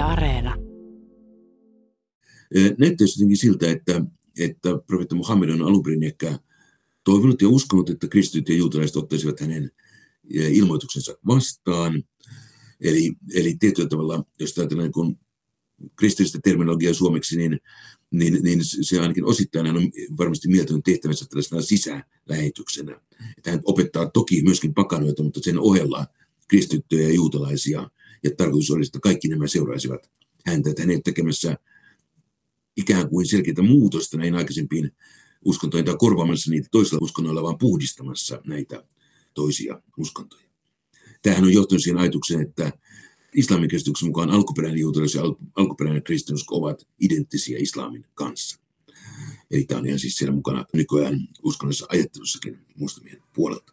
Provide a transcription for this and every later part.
Areena. Näyttäisi jotenkin siltä, että profeetta Muhammed on alun perin ehkä toivonut ja uskonut, että kristityt ja juutalaiset ottaisivat hänen ilmoituksensa vastaan. Eli tietyllä tavalla, jos ajatellaan kun kristillistä terminologiaa suomeksi, niin se ainakin osittain hän on varmasti mieltänyt tehtävänsä tällaisena sisälähetyksenä. Että hän opettaa toki myöskin pakanoita, mutta sen ohella kristittyjä ja juutalaisia. Ja tarkoitus olisi, että kaikki nämä seuraisivat häntä, että hän ei ole tekemässä ikään kuin selkeitä muutosta näihin aikaisempiin uskontoihin tai korvaamassa niitä toisella uskonnoilla, vaan puhdistamassa näitä toisia uskontoja. Tämähän on johtanut siihen ajatukseen, että islamin käsityksen mukaan alkuperäinen juutalaisuus ja alkuperäinen kristinusko ovat identtisiä islamin kanssa. Eli tämä on ihan siis siellä mukana nykyään uskonnollisessa ajattelussakin muslimien puolelta.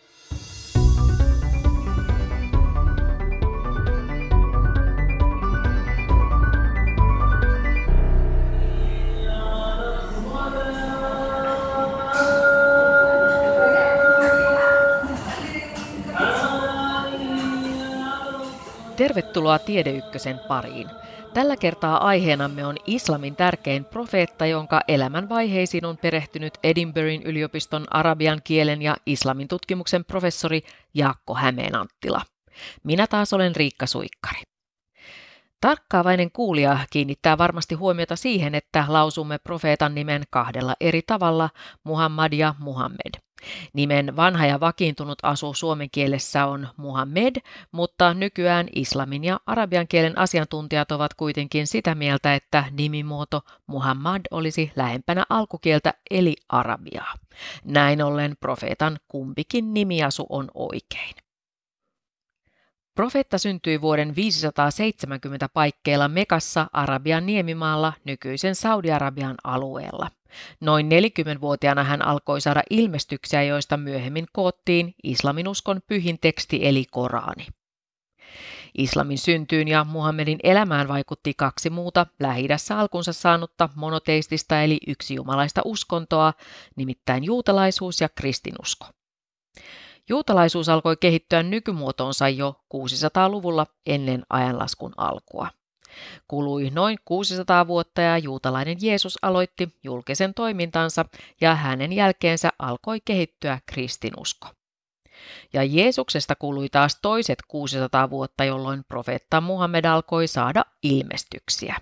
Tervetuloa Tiedeykkösen pariin. Tällä kertaa aiheenamme on islamin tärkein profeetta, jonka elämänvaiheisiin on perehtynyt Edinburghin yliopiston arabian kielen ja islamin tutkimuksen professori Jaakko Hämeenanttila. Minä taas olen Riikka Suikkari. Tarkkaavainen kuulija kiinnittää varmasti huomiota siihen, että lausumme profeetan nimen kahdella eri tavalla, Muhammad ja Muhammed. Nimen vanha ja vakiintunut asu suomen kielessä on Muhammed, mutta nykyään islamin ja arabian kielen asiantuntijat ovat kuitenkin sitä mieltä, että nimimuoto Muhammad olisi lähempänä alkukieltä eli arabiaa. Näin ollen profeetan kumpikin nimiasu on oikein. Profeetta syntyi vuoden 570 paikkeilla Mekassa Arabian niemimaalla nykyisen Saudi-Arabian alueella. Noin 40-vuotiaana hän alkoi saada ilmestyksiä, joista myöhemmin koottiin islaminuskon pyhin teksti eli Korani. Islamin syntyyn ja Muhammedin elämään vaikutti kaksi muuta Lähi-idässä alkunsa saanutta monoteistista eli yksijumalaista uskontoa, nimittäin juutalaisuus ja kristinusko. Juutalaisuus alkoi kehittyä nykymuotoonsa jo 600-luvulla ennen ajanlaskun alkua. Kului noin 600 vuotta ja juutalainen Jeesus aloitti julkisen toimintansa ja hänen jälkeensä alkoi kehittyä kristinusko. Ja Jeesuksesta kului taas toiset 600 vuotta, jolloin profeetta Muhammed alkoi saada ilmestyksiä.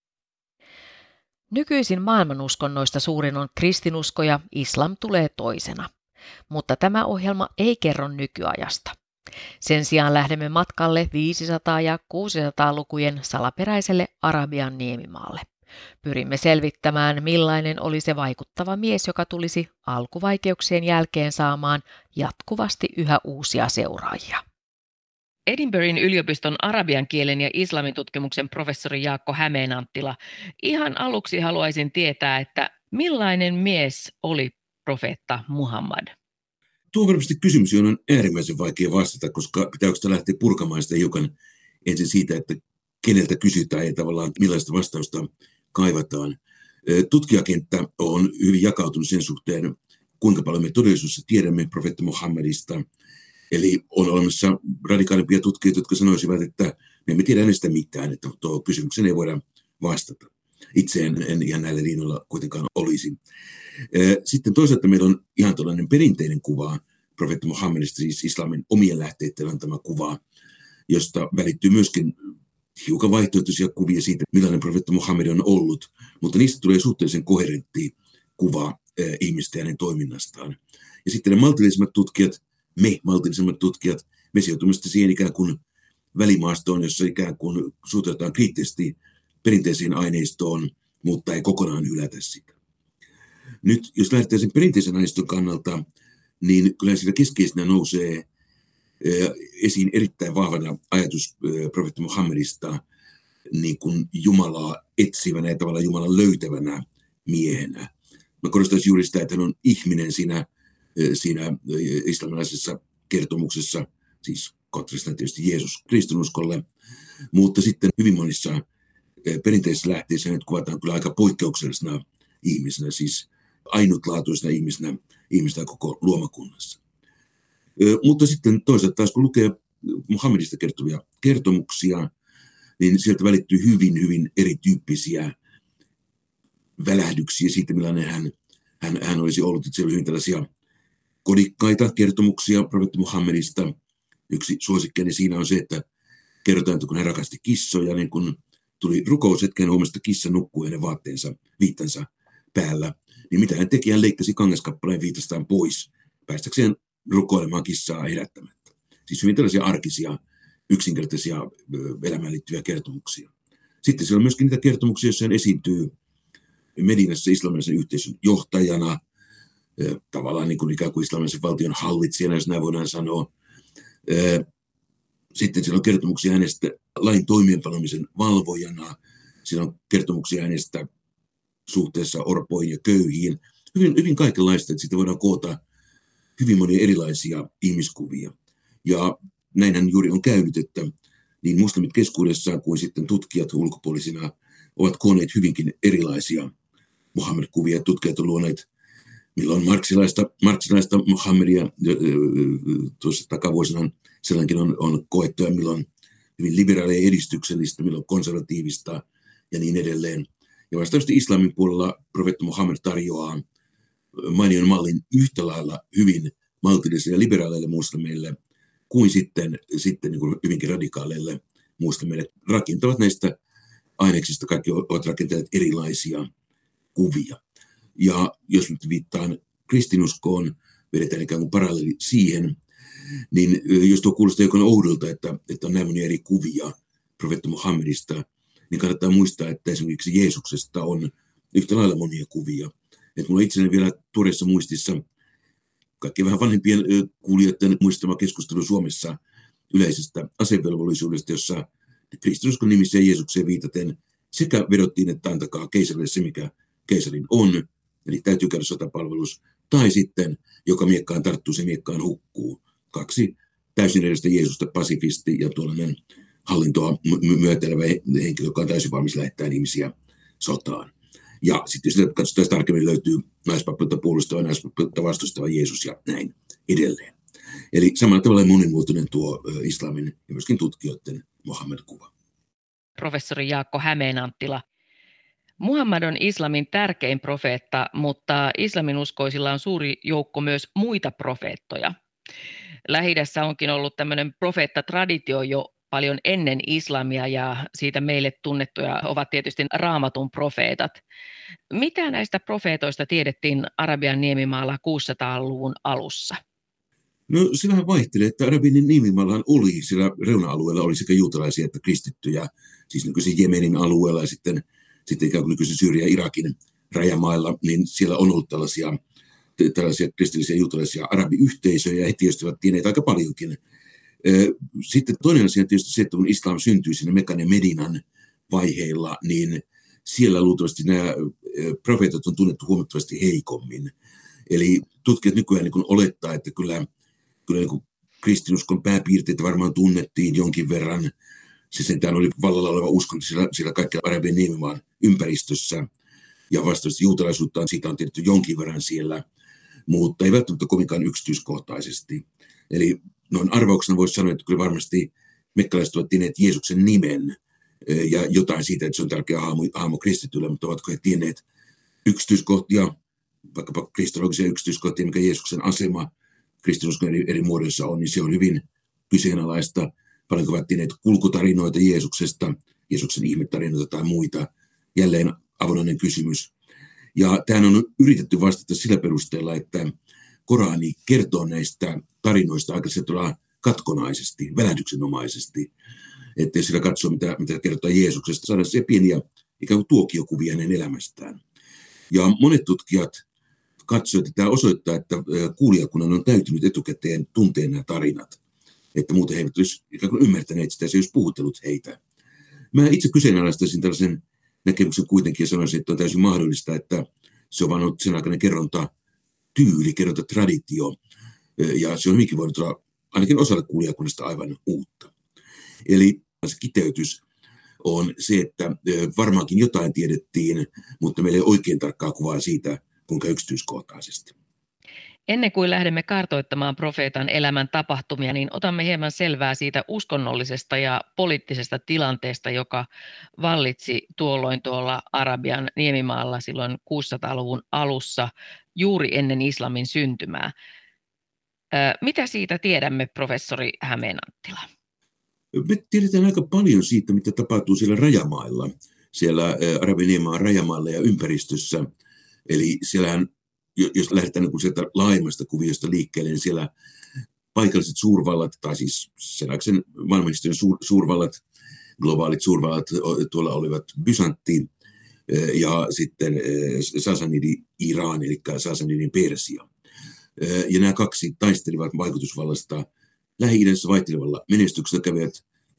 Nykyisin maailmanuskonnoista suurin on kristinusko ja islam tulee toisena. Mutta tämä ohjelma ei kerro nykyajasta. Sen sijaan lähdemme matkalle 500- ja 600-lukujen salaperäiselle Arabian niemimaalle. Pyrimme selvittämään, millainen oli se vaikuttava mies, joka tulisi alkuvaikeuksien jälkeen saamaan jatkuvasti yhä uusia seuraajia. Edinburghin yliopiston arabian kielen ja islamin tutkimuksen professori Jaakko Hämeenanttila. Ihan aluksi haluaisin tietää, että millainen mies oli profeetta Muhammad? Tuo on varmasti kysymys, johon on äärimmäisen vaikea vastata, koska pitää lähteä purkamaan sitä hiukan ensin siitä, että keneltä kysytään ja tavallaan millaista vastausta kaivataan. Tutkijakenttä on hyvin jakautunut sen suhteen, kuinka paljon me todellisuudessa tiedämme profeetta Muhammadista. Eli on olemassa radikaalimpia tutkijoita, jotka sanoisivat, että me emme tiedä hänestä mitään, että tuo kysymykseen ei voida vastata. Itse en ihan näillä linjoilla kuitenkaan olisi. Sitten toisaalta meillä on ihan tällainen perinteinen kuva profeetta Muhammedista, siis islamin omien lähteiden antama kuva, josta välittyy myöskin hiukan vaihtoehtoisia kuvia siitä, millainen profeetta Muhammed on ollut, mutta niistä tulee suhteellisen koherentti kuva ihmistä ja hänen toiminnastaan. Ja sitten ne maltillisemmat tutkijat, me sijoitumme siihen ikään kuin välimaastoon, jossa ikään kuin suhtaudutaan kriittisesti perinteiseen aineistoon, mutta ei kokonaan hylätä sitä. Nyt jos lähdetään sen perinteisen aineiston kannalta, niin kyllä siinä keskeisenä nousee esiin erittäin vahvana ajatus profeetta Muhammedista niin kuin Jumalaa etsivänä ja tavallaan Jumalan löytävänä miehenä. Mä korostaisin juuri sitä, että hän on ihminen siinä islamilaisessa kertomuksessa, siis kontrastina tietysti Jeesus kristinuskolle, mutta sitten hyvin monissa perinteisissä lähteissä hänet kuvataan kyllä aika poikkeuksellisena ihmisenä, siis ainutlaatuisena ihmisenä koko luomakunnassa. Mutta sitten toisaalta taas kun lukee Muhammedista kertovia kertomuksia, niin sieltä välittyy hyvin, hyvin erityyppisiä välähdyksiä siitä, millainen hän olisi ollut. Että siellä oli hyvin tällaisia kodikkaita kertomuksia profeetta Muhammedista. Yksi suosikkeeni siinä on se, että kerrotaan, että kun hän rakasti kissoja, niin kun tuli rukoushetken, huomasi, että kissa nukkui hänen viittansa päällä, niin mitä hän teki? Hän leikkasi kangaskappaleen viitastaan pois, päästäkseen rukoilemaan kissaa herättämättä. Siis hyvin tällaisia arkisia, yksinkertaisia elämään liittyviä kertomuksia. Sitten siellä on myöskin niitä kertomuksia, joissa hän esiintyy Medinassa islamilaisen yhteisön johtajana, tavallaan niin kuin ikään kuin islamilaisen valtion hallitsijana, jos näin voidaan sanoa. Sitten siellä on kertomuksia hänestä lain toimeenpanemisen valvojana. Siellä on kertomuksia hänestä suhteessa orpoihin ja köyhiin. Hyvin, hyvin kaikenlaista, että siitä voidaan koota hyvin monia erilaisia ihmiskuvia. Ja näinhän juuri on käynyt, että niin muslimit keskuudessaan kuin sitten tutkijat ulkopuolisina ovat kooneet hyvinkin erilaisia Muhammed-kuvia. Tutkijat on luoneet milloin marksilaista Muhammedia tuossa takavuosina sellainenkin on koettu, ja milloin hyvin liberaalia ja edistyksellistä, milloin konservatiivista ja niin edelleen. Ja vastaavasti islamin puolella profeetta Muhammed tarjoaa mainion mallin yhtä lailla hyvin maltillisille ja liberaaleille muslimeille kuin sitten niin kuin hyvinkin radikaaleille muslimeille. Rakentavat näistä aineksista kaikki ovat rakentaneet erilaisia kuvia. Ja jos nyt viittaan kristinuskoon, vedetään ikään kuin paralleeli siihen, niin jos tuo kuulostaa jokin oudolta, että on näin monia eri kuvia profeetta Muhammedista, niin kannattaa muistaa, että esimerkiksi Jeesuksesta on yhtä lailla monia kuvia. Että mulla itselläni vielä tuoreessa muistissa kaikkien vähän vanhempien kuulijoiden muistama keskustelu Suomessa yleisestä asevelvollisuudesta, jossa kristinuskon nimissä ja Jeesukseen viitaten sekä vedottiin, että antakaa keisarille se, mikä keisarin on, eli täytyy käydä sotapalvelus, tai sitten joka miekkaan tarttuu, se miekkaan hukkuu. Kaksi täysin edellistä Jeesusta, pasifisti ja tuollainen hallintoa myötelevä henkilö, joka on täysin valmis lähettämään ihmisiä sotaan. Ja sitten jos sitä katsotaan tarkemmin, löytyy naispappeutta puolustava, naispappeutta vastustava Jeesus ja näin edelleen. Eli samalla tavalla monimuotoinen tuo islamin ja myöskin tutkijoiden Muhammed-kuva. Professori Jaakko Hämeenanttila. Muhammad on islamin tärkein profeetta, mutta islaminuskoisilla on suuri joukko myös muita profeettoja. Lähi-idässä onkin ollut tämmöinen profeettatraditio jo paljon ennen islamia, ja siitä meille tunnettuja ovat tietysti Raamatun profeetat. Mitä näistä profeetoista tiedettiin Arabian niemimaalla 600-luvun alussa? No se vähän vaihtelee, että Arabian niemimaallahan oli, sillä reuna-alueella oli sekä juutalaisia että kristittyjä, siis nykyisen Jemenin alueella ja sitten ikään kuin nykyisen Syyrian ja Irakin rajamailla, niin siellä on ollut tällaisia kristillisiä juutalaisia arabiyhteisöjä, ja he tietysti ovat tienneet aika paljonkin. Sitten toinen asia on tietysti se, että kun islam syntyi sinne Mekan ja Medinan vaiheilla, niin siellä luultavasti nämä profeetat on tunnettu huomattavasti heikommin. Eli tutkijat nykyään niin olettaa, että kyllä niin kristinuskon pääpiirteitä varmaan tunnettiin jonkin verran. Se sentään oli vallalla oleva uskonto siellä kaikilla Arabian niemimaan ympäristössä, ja vastaavasti juutalaisuutta siitä on tiedetty jonkin verran siellä, mutta ei välttämättä kovinkaan yksityiskohtaisesti. Eli noin arvauksena voisi sanoa, että kyllä varmasti mekkalaiset ovat tienneet Jeesuksen nimen ja jotain siitä, että se on tärkeä hahmo kristitylle, mutta ovatko he tienneet yksityiskohtia, vaikkapa kristologisia yksityiskohtia, mikä Jeesuksen asema kristinuskon eri muodoissa on, niin se on hyvin kyseenalaista. Paljonko ovat tienneet kulkutarinoita Jeesuksesta, Jeesuksen ihmetarinoita tai muita. Jälleen avonainen kysymys. Ja tähän on yritetty vastata sillä perusteella, että Korani kertoo näistä tarinoista aika katkonaisesti, välähdyksenomaisesti. Että jos sillä katsoo, mitä kertoo Jeesuksesta, saadaan se pieniä ikään kuin tuokiokuvia hänen elämästään. Ja monet tutkijat katsoivat, että tämä osoittaa, että kuulijakunnan on täytynyt etukäteen tuntea nämä tarinat. Että muuten he eivät olisi ikään kuin ymmärtäneet sitä, se olisi puhuttelut heitä. Mä itse kyseenalaistaisin tällaisen näkemyksen kuitenkin ja sanoisin, että on täysin mahdollista, että se on vain ollut sen aikainen kerrontatyyli, kerrontatraditio, ja se on hyvinkin voinut olla ainakin osalle kuulijakunnasta aivan uutta. Eli se kiteytys on se, että varmaankin jotain tiedettiin, mutta meillä ei oikein tarkkaa kuvaa siitä, kuinka yksityiskohtaisesti. Ennen kuin lähdemme kartoittamaan profeetan elämän tapahtumia, niin otamme hieman selvää siitä uskonnollisesta ja poliittisesta tilanteesta, joka vallitsi tuolloin tuolla Arabian niemimaalla silloin 600-luvun alussa, juuri ennen islamin syntymää. Mitä siitä tiedämme, professori Hämeenanttila? Me tiedetään aika paljon siitä, mitä tapahtuu siellä rajamailla, siellä Arabian niemimaan rajamailla ja ympäristössä. Eli siellähän, jos lähdetään sieltä laajemmasta kuviosta liikkeelle, niin siellä paikalliset suurvallat, tai siis sen maailmanhistorian suurvallat, globaalit suurvallat, tuolla olivat Bysantti ja sitten Sasanidi-Iran, eli Sasanidin Persia. Ja nämä kaksi taistelivat vaikutusvallasta Lähi-idässä vaihtelevalla menestyksellä, kävivät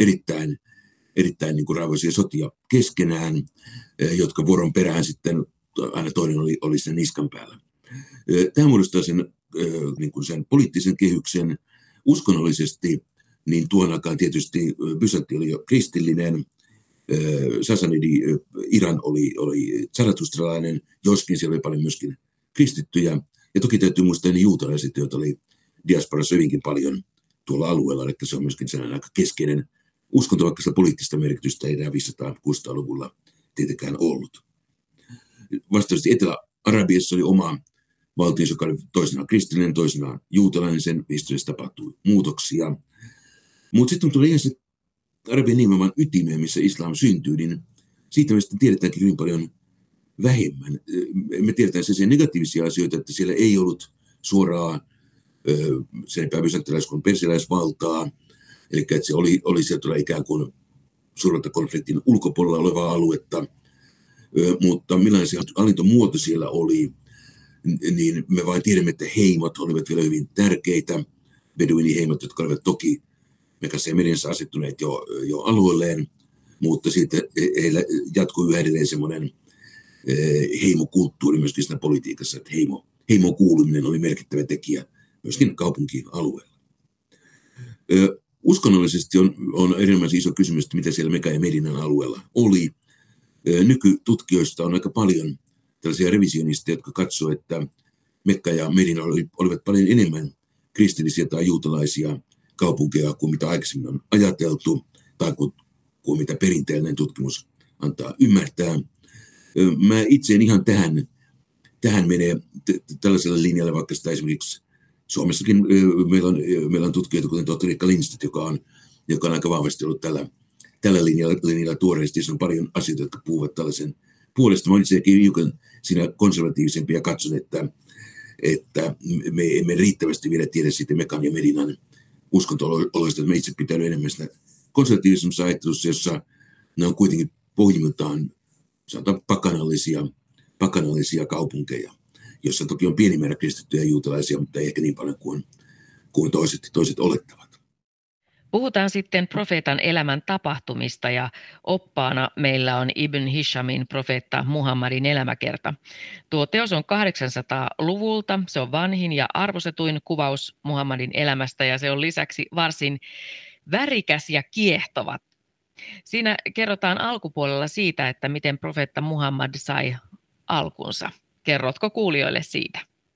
erittäin niin kuin rauhallisia sotia keskenään, jotka vuoron perään sitten aina toinen oli sen niskan päällä. Tämä muodostaa niin kuin sen poliittisen kehyksen uskonnollisesti, niin tuon aikaan tietysti Bysantti oli jo kristillinen, Sasanidi Iran oli zaratustralainen, joskin siellä oli paljon myöskin kristittyjä, ja toki täytyy muistaa ne juutalaiset, joita oli diasporassa hyvinkin paljon tuolla alueella, eli se on myöskin sellainen aika keskeinen uskonto, vaikka sitä poliittista merkitystä ei enää 500-600-luvulla tietenkään ollut. Vastaavasti Etelä-Arabiassa oli oma valtionsa, joka oli toisenaan kristillinen, toisenaan juutalainen, sen historiassa tapahtui muutoksia. Mutta sitten tuli ihan se Arabian niemimaan ytimeen, missä islam syntyy, niin siitä me sitten tiedetäänkin hyvin paljon vähemmän. Me tiedetään sen negatiivisia asioita, että siellä ei ollut suoraa sen bysantilais- kuin persialaisvaltaa, eli että se oli sieltä ikään kuin suurvaltakonfliktin ulkopuolella olevaa aluetta, mutta millainen se hallintomuoto siellä oli, niin me vain tiedämme, että heimot olivat vielä hyvin tärkeitä, beduiniheimot, jotka olivat toki Mekassa ja Mediassa asettuneet jo alueelleen, mutta siitä heillä jatkui yhä edelleen semmoinen heimokulttuuri myöskin siinä politiikassa, että heimoon kuuluminen oli merkittävä tekijä myöskin kaupunkialueella. Uskonnollisesti on erinomaisen iso kysymys, että mitä siellä Mekan ja Medinan alueella oli. Nykytutkijoista on aika paljon tällaisia revisionisteja, jotka katsovat, että Mekka ja Medina olivat paljon enemmän kristillisiä tai juutalaisia kaupunkeja kuin mitä aikaisemmin on ajateltu tai kuin mitä perinteellinen tutkimus antaa ymmärtää. Mä itse en ihan tähän mene tällaisella linjalla, vaikka sitä esimerkiksi Suomessakin meillä on tutkijoita, kuten tohtori Riikka Lindstedt, joka on aika vahvasti ollut tällä linjalla tuoreesti. Se on paljon asioita, jotka puhuvat tällaisen puolesta. Mä olen itsekin hiukan siinä konservatiivisempi ja katson, että me emme riittävästi vielä tiedä siitä Mekan ja Medinan uskonto-oloista, että me itse pitänyt enemmän sitä konservatiivisemmassa ajattelussa, jossa ne on kuitenkin pohjimmiltaan sanotaan pakanallisia kaupunkeja, jossa toki on pieni määrä kristittyjä ja juutalaisia, mutta ei ehkä niin paljon kuin toiset olettavat. Puhutaan sitten profeetan elämän tapahtumista ja oppaana meillä on Ibn Hishamin profeetta Muhammadin elämäkerta. Tuo teos on 800-luvulta, se on vanhin ja arvostetuin kuvaus Muhammadin elämästä ja se on lisäksi varsin värikäs ja kiehtova. Siinä kerrotaan alkupuolella siitä, että miten profeetta Muhammad sai alkunsa. Kerrotko kuulijoille siitä?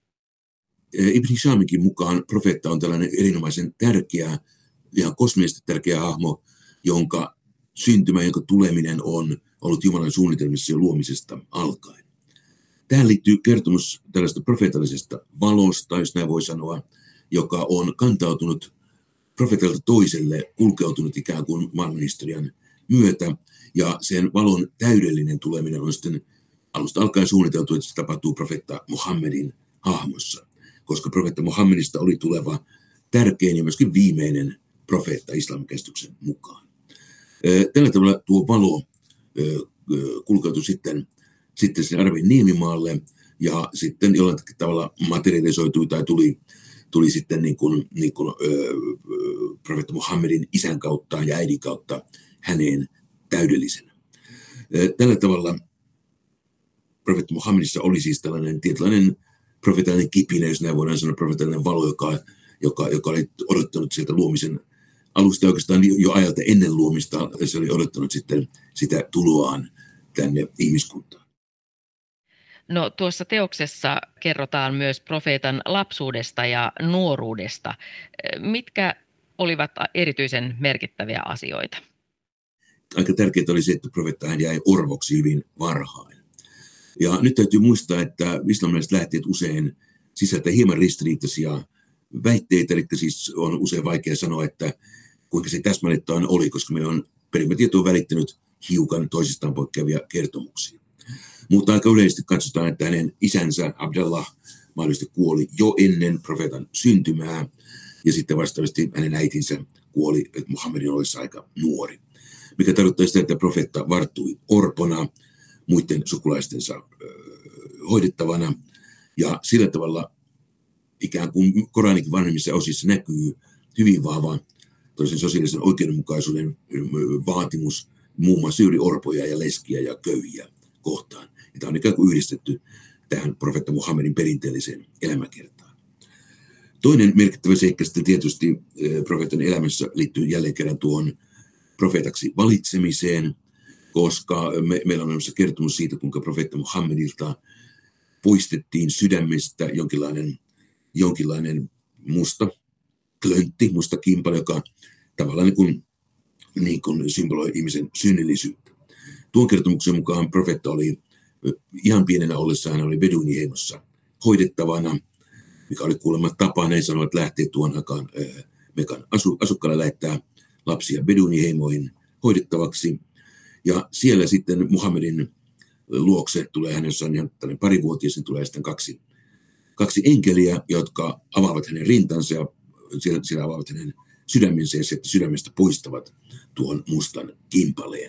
Ibn Hishaminkin mukaan profeetta on tällainen erinomaisen tärkeä, ihan kosmisesti tärkeä hahmo, jonka syntymä, jonka tuleminen on ollut Jumalan suunnitelmissa jo luomisesta alkaen. Tähän liittyy kertomus tällaista profeetallisesta valosta, jos näin voi sanoa, joka on kantautunut profeetalta toiselle, kulkeutunut ikään kuin maailmanhistorian myötä, ja sen valon täydellinen tuleminen on sitten alusta alkaen suunniteltu, että se tapahtuu profeetta Muhammedin hahmossa, koska profeetta Muhammedista oli tuleva tärkein ja myöskin viimeinen profeetta islamikäsityksen mukaan. Tällä tavalla tuo valo kulkeutui sitten sinne Arabian niemimaalle ja sitten jollain tavalla materialisoitui tai tuli sitten niin kuin profeetta Muhammedin isän kautta ja äidin kautta häneen täydellisenä. Tällä tavalla profeetta Muhammedissa oli siis tällainen tietynlainen profeetallinen kipinä, jos näin voidaan sanoa, profeetallinen valo, joka oli odottanut sieltä luomisen alusta oikeastaan jo ajalta ennen luomista. Se oli odottanut sitten sitä tuloaan tänne ihmiskuntaan. No tuossa teoksessa kerrotaan myös profeetan lapsuudesta ja nuoruudesta. Mitkä olivat erityisen merkittäviä asioita? Aika tärkeää oli se, että profeetta hän jäi orvoksi hyvin varhain. Ja nyt täytyy muistaa, että islamilaiset lähteet usein sisältää hieman ristiriitaisia väitteitä, eli siis on usein vaikea sanoa, että kuinka se täsmälleen oli, koska meillä on perimätieto välittänyt hiukan toisistaan poikkeavia kertomuksia. Mutta aika yleisesti katsotaan, että hänen isänsä Abdallah mahdollisesti kuoli jo ennen profeetan syntymää, ja sitten vastaavasti hänen äitinsä kuoli Muhammedin ollessa aika nuori. Mikä tarkoittaa sitä, että profeetta varttui orpona muiden sukulaistensa hoidettavana, ja sillä tavalla ikään kuin Koranikin vanhemmissa osissa näkyy hyvin vahva sosiaalisen oikeudenmukaisuuden vaatimus muun muassa juuri orpoja ja leskiä ja köyhiä kohtaan. Ja tämä on ikään kuin yhdistetty tähän profeetta Muhammedin perinteelliseen elämäkertaan. Toinen merkittävä seikka sitten tietysti profeetan elämässä liittyy jälleen kerran tuohon profeetaksi valitsemiseen, koska meillä on olemassa kertomus siitä, kuinka profeetta Muhammedilta poistettiin sydämestä jonkinlainen musta klöntti, musta kimpale, joka tavallaan niin kuin symboloi ihmisen synnillisyyttä. Tuon kertomuksen mukaan profeetta oli ihan pienenä ollessaan, hän oli beduiniheimossa hoidettavana, mikä oli kuulemma tapa, näin sanovat, lähteä tuon aikaan Mekan asukkaille lähettää lapsia beduiniheimoihin hoidettavaksi. Ja siellä sitten Muhammedin luokse tulee, hänessä on ihan tällainen parivuotias, niin tulee sitten kaksi enkeliä, jotka avaavat hänen rintansa ja siellä avaavat hänen sydämensä ja sitten sydämestä poistavat tuon mustan kimpaleen.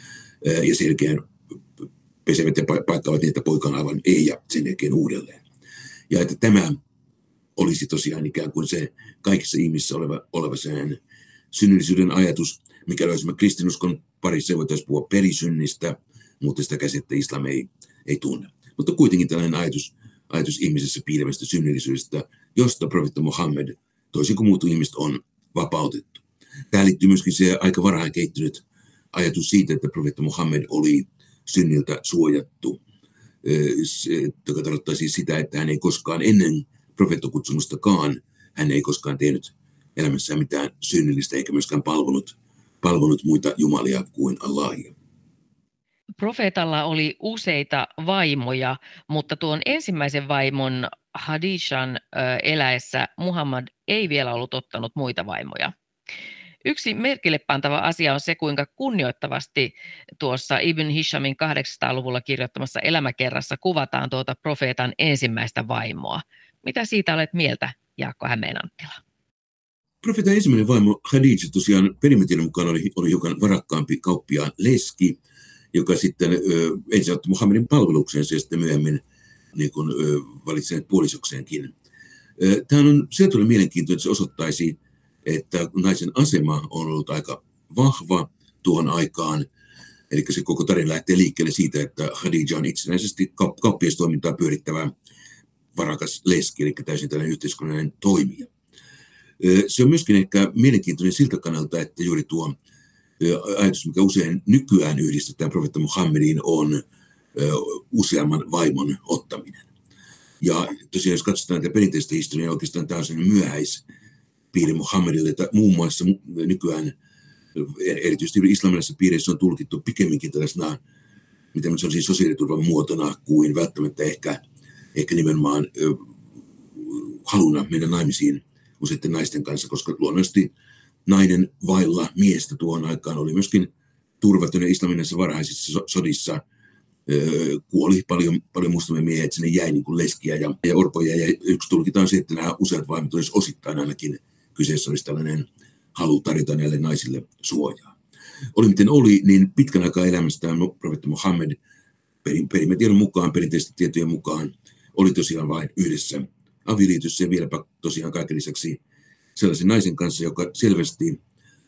Ja sen jälkeen pesevät ja paikkaavat niitä, poika on aivan ei ja sen jälkeen uudelleen. Ja että tämä olisi tosiaan ikään kuin se kaikissa ihmisissä oleva sen synnillisyyden ajatus, mikä löysimme kristinuskon parissa, voitaisiin puhua perisynnistä, mutta sitä käsitettä islam ei tunne. Mutta kuitenkin tällainen ajatus ihmisessä piilevästä synnillisyydestä, josta profeetta Muhammed, toisin kuin muut ihmiset, on vapautettu. Tähän liittyy myöskin se aika varhain kehittynyt ajatus siitä, että profeetta Muhammed oli synniltä suojattu, joka tarkoittaa siis sitä, että hän ei koskaan ennen profeettakutsumustakaan, hän ei koskaan tehnyt elämässään mitään synnillistä eikä myöskään palvonut muita jumalia kuin Allahia. Profeetalla oli useita vaimoja, mutta tuon ensimmäisen vaimon Hadishan eläessä Muhammad ei vielä ollut ottanut muita vaimoja. Yksi merkille pantava asia on se, kuinka kunnioittavasti tuossa Ibn Hishamin 800-luvulla kirjoittamassa elämäkerrassa kuvataan tuota profeetan ensimmäistä vaimoa. Mitä siitä olet mieltä, Jaakko Hämeenanttila? Profeetan ensimmäinen vaimo Khadija tosiaan perimätiedon mukaan oli hiukan varakkaampi kauppiaan leski, joka sitten ensin otti Muhammedin palvelukseensa ja sitten myöhemmin niin valitsi hänet puolisokseenkin. Tämä on sieltä oli mielenkiintoinen, että se osoittaisi, että naisen asema on ollut aika vahva tuohon aikaan. Eli se koko tarina lähtee liikkeelle siitä, että Khadija on itsenäisesti kauppiaistoimintaa pyörittävä varakas leski, eli täysin tällainen yhteiskunnallinen toimija. Se on myöskin ehkä mielenkiintoinen siltä kannalta, että juuri tuo ajatus, mikä usein nykyään yhdistetään profeetta Muhammediin, on useamman vaimon ottaminen. Ja tosiaan, jos katsotaan tätä perinteistä historiaa, oikeastaan tämä on sellainen myöhäispiiri Muhammedille, että muun muassa nykyään, erityisesti islamilaisissa piireissä on tulkittu pikemminkin tällaisena, mitä se on siis sosiaaliturvan muotona, kuin välttämättä ehkä nimenomaan haluna mennä naimisiin useiden naisten kanssa, koska luonnollisesti nainen vailla miestä tuohon aikaan oli myöskin turvaton ja islamilaisissa varhaisissa sodissa kuoli paljon mustamia miehiä, että sinne jäi niin kuin leskiä ja orpoja. Ja yksi tulkitaan se, että nämä useat vaimot olisi osittain ainakin kyseessä olisi tällainen halu tarjota näille naisille suojaa. Oli miten oli, niin pitkän aikaa elämästään profeetta Muhammed perimätiedon mukaan, perinteisten tietojen mukaan, oli tosiaan vain yhdessä avioliitossa ja vieläpä tosiaan kaiken lisäksi sellaisen naisen kanssa, joka selvästi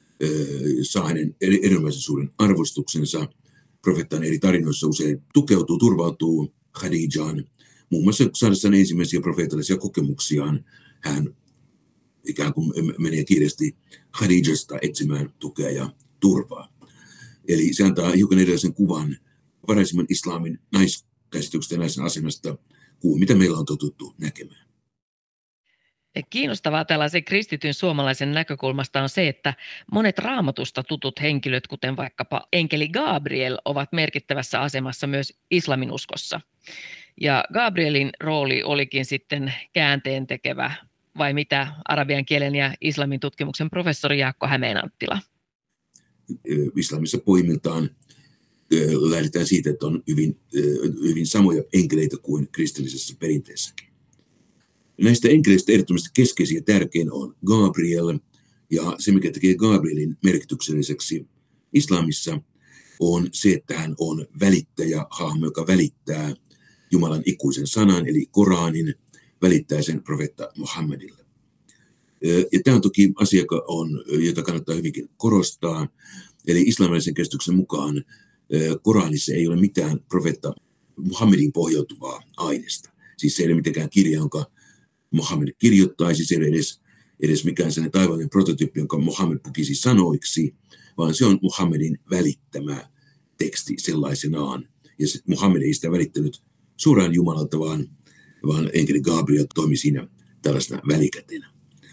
saa hänen erinomaisen suuren arvostuksensa. Profeettan eri tarinoissa usein turvautuu Khadijaan, muun muassa saadessaan ensimmäisiä profeetallisia kokemuksiaan. Hän ikään kuin menee kiireesti Khadijasta etsimään tukea ja turvaa. Eli se antaa hiukan erilaisen kuvan varhaisimman islamin käsityksestä naisen asemasta kuin mitä meillä on totuttu näkemään. Kiinnostavaa tällaisen kristityn suomalaisen näkökulmasta on se, että monet Raamatusta tutut henkilöt, kuten vaikkapa enkeli Gabriel, ovat merkittävässä asemassa myös islaminuskossa. Ja Gabrielin rooli olikin sitten käänteentekevä, vai mitä, arabian kielen ja islamin tutkimuksen professori Jaakko Hämeenanttila? Islamissa pohjimmiltaan lähdetään siitä, että on hyvin samoja enkeleitä kuin kristillisessä perinteessäkin. Näistä enkeleistä ehdottomasti keskeisin ja tärkein on Gabriel, ja se mikä tekee Gabrielin merkitykselliseksi islamissa on se, että hän on välittäjähahmo, joka välittää Jumalan ikuisen sanan, eli Koranin, välittää sen profeetta Muhammedille. Ja tämä on toki asia, jota kannattaa hyvinkin korostaa, eli islamilaisen käsityksen mukaan Koranissa ei ole mitään profeetta Muhammedin pohjautuvaa aineesta. Siis se ei ole mitenkään kirja, jonka Muhammed kirjoittaisi, se ei ole edes mikään sellainen taivaallinen prototyyppi, jonka Muhammed pukisi sanoiksi, vaan se on Muhammedin välittämä teksti sellaisenaan. Ja Muhammed ei sitä välittänyt suoraan Jumalalta, vaan enkeli Gabriel toimi siinä tällaisena välikätenä.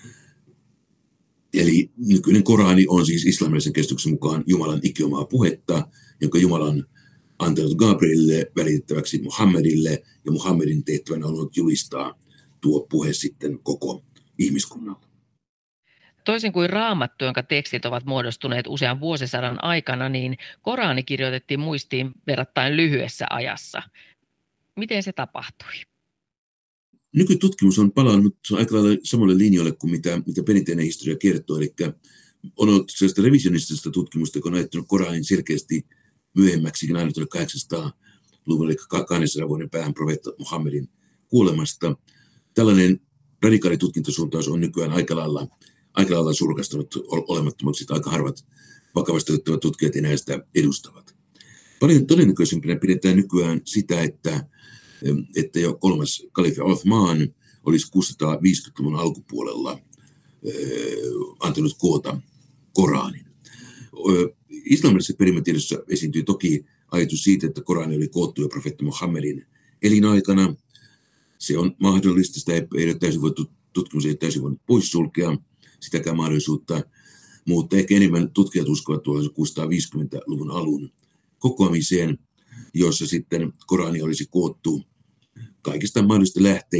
Eli nykyinen Korani on siis islamilaisen käsityksen mukaan Jumalan ikiomaa puhetta, jonka Jumala on antanut Gabrielille välitettäväksi Muhammedille, ja Muhammedin tehtävänä on ollut julistaa tuo puhe sitten koko ihmiskunnalle. Toisin kuin Raamattu, jonka tekstit ovat muodostuneet usean vuosisadan aikana, niin Korani kirjoitettiin muistiin verrattain lyhyessä ajassa. Miten se tapahtui? Nykytutkimus on palannut aika lailla samalle linjoille kuin mitä perinteinen historia kertoo. Eli on ollut sellaista revisionistista tutkimusta, joka on ajattelut Koranin selkeästi myöhemmäksikin aina 800-luvulla, eli 200 vuoden päähän profeetta Muhammedin kuolemasta. Tällainen radikaali tutkintosuuntaus on nykyään aika lailla surkastunut olemattomaksi, että aika harvat vakavasti otettavat tutkijat enää sitä edustavat. Paljon todennäköisempänä pidetään nykyään sitä, että jo kolmas kalifi Uthman olisi 650-luvun alkupuolella antanut koota Koranin. Islamilaisessa perimätiedossa esiintyy toki ajatus siitä, että Korani oli koottu jo profeetta Muhammedin elinaikana. Se on mahdollista, sitä ei ole täysin voitu, tutkimus ei täysin voinut poissulkea sitäkään mahdollisuutta, mutta ehkä enemmän tutkijat uskovat tuolla 650-luvun alun kokoamiseen, jossa sitten Korani olisi koottu kaikista mahdollisista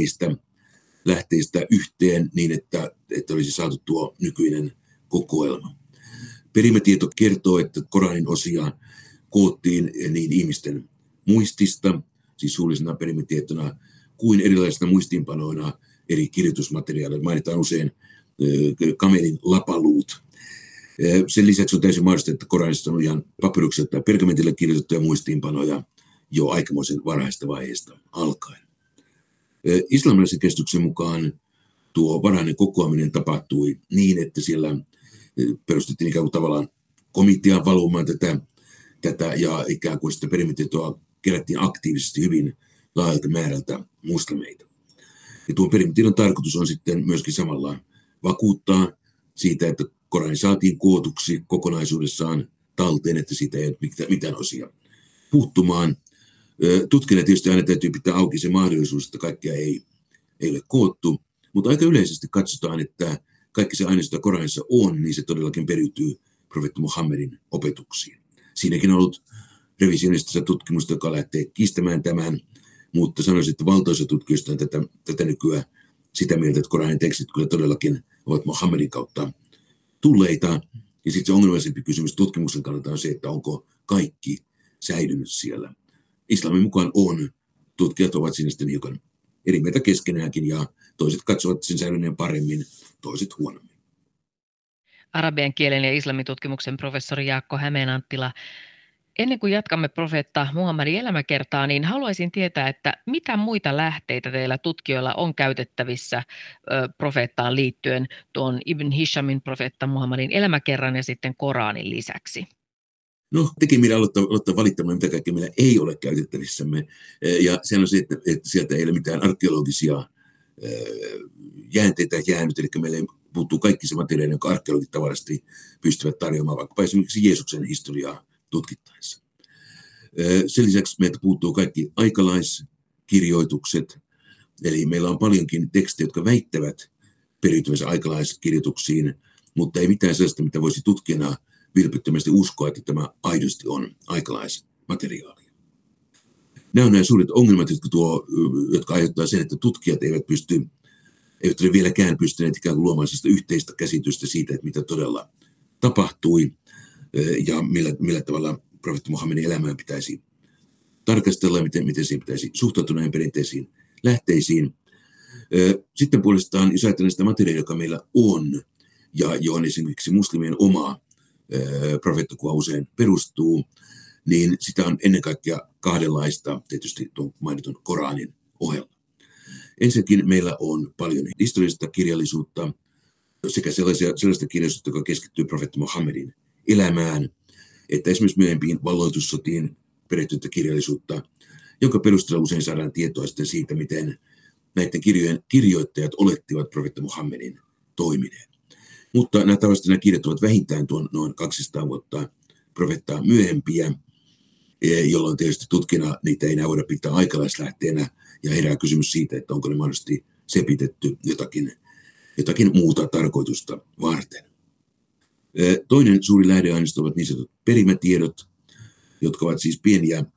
lähteistä yhteen niin, että olisi saatu tuo nykyinen kokoelma. Perimätieto kertoo, että Koranin osia koottiin niin ihmisten muistista, siis suullisena perimätietona, kuin erilaisina muistiinpanoina eri kirjoitusmateriaaleja. Mainitaan usein kamelin lapaluut. Sen lisäksi on täysin mahdollista, että Koranissa on ihan papyruksella tai pergamentilla kirjoitettuja muistiinpanoja jo aikamoisen varhaista vaiheesta alkaen. Islamilaisen käsityksen mukaan tuo varhainen kokoaminen tapahtui niin, että siellä perustettiin ikään kuin tavallaan komitean valvomaan tätä ja ikään kuin sitä perimätietoa kerättiin aktiivisesti hyvin laajalta määrältä muslimeita. Ja tuon perimätiedon tarkoitus on sitten myöskin samalla vakuuttaa siitä, että Korani saatiin kootuksi kokonaisuudessaan talteen, että siitä ei ole mitään osia puuttumaan. Tutkijoille tietysti aina täytyy pitää auki se mahdollisuus, että kaikkea ei ole koottu, mutta aika yleisesti katsotaan, että kaikki se aineisto, jota Koranissa on, niin se todellakin periytyy profeetta Muhammedin opetuksiin. Siinäkin on ollut revisionistista tutkimusta, joka lähtee kiistämään tämän, mutta sanoisin, että valtaosa tutkijoista on tätä nykyään sitä mieltä, että Koranin tekstit kyllä todellakin ovat Muhammedin kautta tulleita. Ja sitten se ongelmallisempi kysymys tutkimuksen kannalta on se, että onko kaikki säilynyt siellä. Islamin mukaan on. Tutkijat ovat siinä sitten hiukan eri mieltä keskenäänkin ja toiset katsovat sen säilyneen paremmin, toiset huonommin. Arabian kielen ja islamitutkimuksen professori Jaakko Hämeenanttila. Ennen kuin jatkamme profeetta Muhammedin elämäkertaa, niin haluaisin tietää, että mitä muita lähteitä teillä tutkijoilla on käytettävissä profeettaan liittyen tuon Ibn Hishamin profeetta Muhammedin elämäkerran ja sitten Koranin lisäksi? No, tekee meidän aloittaa valittamaan, mitä kaikkea meillä ei ole käytettävissämme. Ja sehän on se, että sieltä ei ole mitään arkeologisia jäänteitä jäänyt, eli meille puuttuu kaikki se materiaali, jonka arkeologit tavallisesti pystyvät tarjoamaan, vaikka esimerkiksi Jeesuksen historiaa tutkittaessa. Sen lisäksi meiltä puuttuu kaikki aikalaiskirjoitukset, eli meillä on paljonkin tekstejä, jotka väittävät periytyvänsä aikalaiskirjoituksiin, mutta ei mitään sellaista, mitä voisi tutkijana vilpittömästi uskoa, että tämä aidosti on aikalaismateriaalia. Nämä on nämä suuret ongelmat, jotka aiheuttavat sen, että tutkijat eivät ole vieläkään pystyneet ikään kuin luomaan yhteistä käsitystä siitä, että mitä todella tapahtui ja millä tavalla profeetta Muhammedin elämään pitäisi tarkastella, miten siihen pitäisi suhtautua näihin perinteisiin lähteisiin. Sitten puolestaan, jos ajatellaan sitä materiaalia, joka meillä on, ja johon esimerkiksi muslimien oma profeettakuva usein perustuu, niin sitä on ennen kaikkea kahdenlaista, tietysti tuon mainitun Koranin ohella. Ensinnäkin meillä on paljon historiallista kirjallisuutta, sekä sellaista kirjallisuutta, joka keskittyy profeetta Muhammedin elämään, että esimerkiksi myöhempiin valloitussotiin perehtynyttä kirjallisuutta, jonka perusteella usein saadaan tietoa sitten siitä, miten näiden kirjojen kirjoittajat olettivat profeetta Muhammedin toimineen. Mutta nämä kirjat ovat vähintään tuon noin 200 vuotta profeettaa myöhempiä, jolloin tietysti tutkina niitä ei enää voida pitää aikalaislähteenä, ja herää kysymys siitä, että onko ne mahdollisesti sepitetty jotakin muuta tarkoitusta varten. Toinen suuri lähdeaineisto ovat niin sanotut perimätiedot, jotka ovat siis pieniä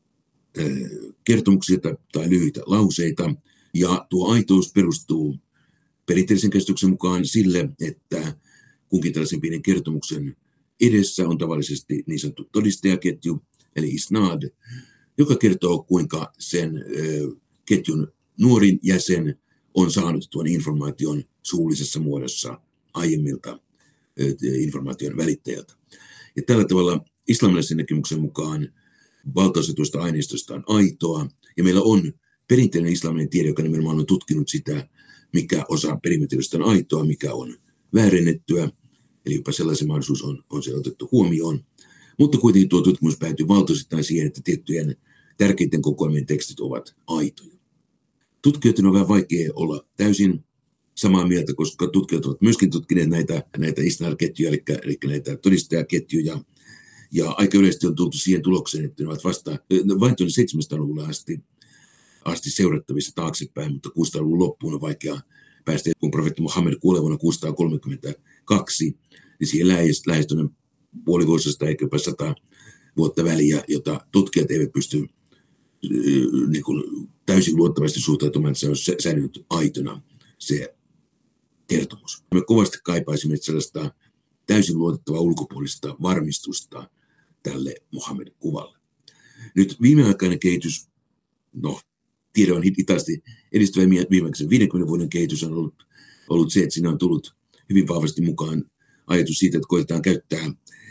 kertomuksia tai lyhyitä lauseita, ja tuo aitous perustuu perinteisen käsityksen mukaan sille, että kunkin tällaisen pienen kertomuksen edessä on tavallisesti niin sanottu todistajaketju, eli isnad, joka kertoo, kuinka sen ketjun nuorin jäsen on saanut tuon informaation suullisessa muodossa aiemmilta informaation välittäjältä. Ja tällä tavalla islamilaisen näkemyksen mukaan valtaosa tuosta aineistosta on aitoa, ja meillä on perinteinen islaminen tiede, joka nimenomaan on tutkinut sitä, mikä osa perimätiedosta on aitoa, mikä on väärennettyä, eli jopa sellaisen mahdollisuus on siellä otettu huomioon. Mutta kuitenkin tuo tutkimus päätyy valtaosittain siihen, että tiettyjen tärkeiden kokoelmien tekstit ovat aitoja. Tutkijoiden on vähän vaikea olla täysin samaa mieltä, koska tutkijat ovat myöskin tutkineet näitä isnad-ketjuja, eli näitä todistajaketjuja. Ja aika yleisesti on tultu siihen tulokseen, että ne ovat vasta vain 700-luvulla asti seurattavissa taaksepäin, mutta 600-luvun loppuun on vaikea päästä. Kun profeetta Muhammed kuolee vuonna 632, niin siihen lähes puoli vuosista eikä jopa 100 vuotta väliä, jota tutkijat eivät pysty niin kuin täysin luottavasti suhtautumaan, että se on säilynyt aitona se kertomus. Me kovasti kaipaisimme sellaista täysin luotettavaa ulkopuolista varmistusta tälle Muhammed-kuvalle. Nyt viimeaikainen kehitys, tiede on hitaasti edistyvä, viimeisen 50 vuoden kehitys on ollut se, että siinä on tullut hyvin vahvasti mukaan ajatus siitä, että koetetaan käyttää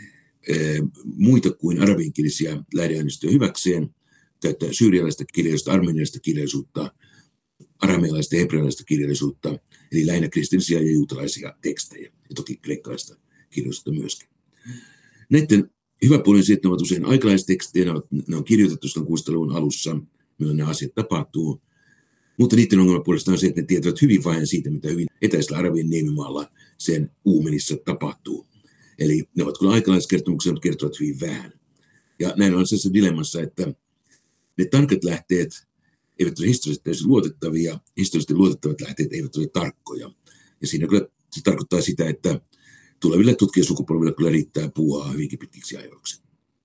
muita kuin arabiankielisiä lähdeaineistoja hyväkseen, käyttää syyrialaista kirjallisuutta, armenialaista kirjallisuutta, aramealaista ja hebrealaista kirjallisuutta, eli lähinnä kristillisiä ja juutalaisia tekstejä, ja toki kreikkalaista kirjallisuutta myöskin. Näiden hyvä puoli on se, että ne ovat usein aikalaistekstejä, ne on kirjoitettu 600-luvun alussa, milloin nämä asiat tapahtuu, mutta niiden ongelma puolestaan on se, että ne tietävät hyvin vähän siitä, mitä hyvin etäisellä Arabian niemimaalla sen uumenissa tapahtuu. Eli ne ovat kyllä aikalaiskertomuksia, mutta kertovat hyvin vähän. Ja näin on sellaisessa dilemmassa, että ne tarkat lähteet eivät ole historiallisesti täysin luotettavia, historiallisesti luotettavat lähteet eivät ole tarkkoja. Ja siinä kyllä se tarkoittaa sitä, että tuleville tutkijasukupolville kyllä riittää puuhaa hyvinkin pitkiksi ajoiksi.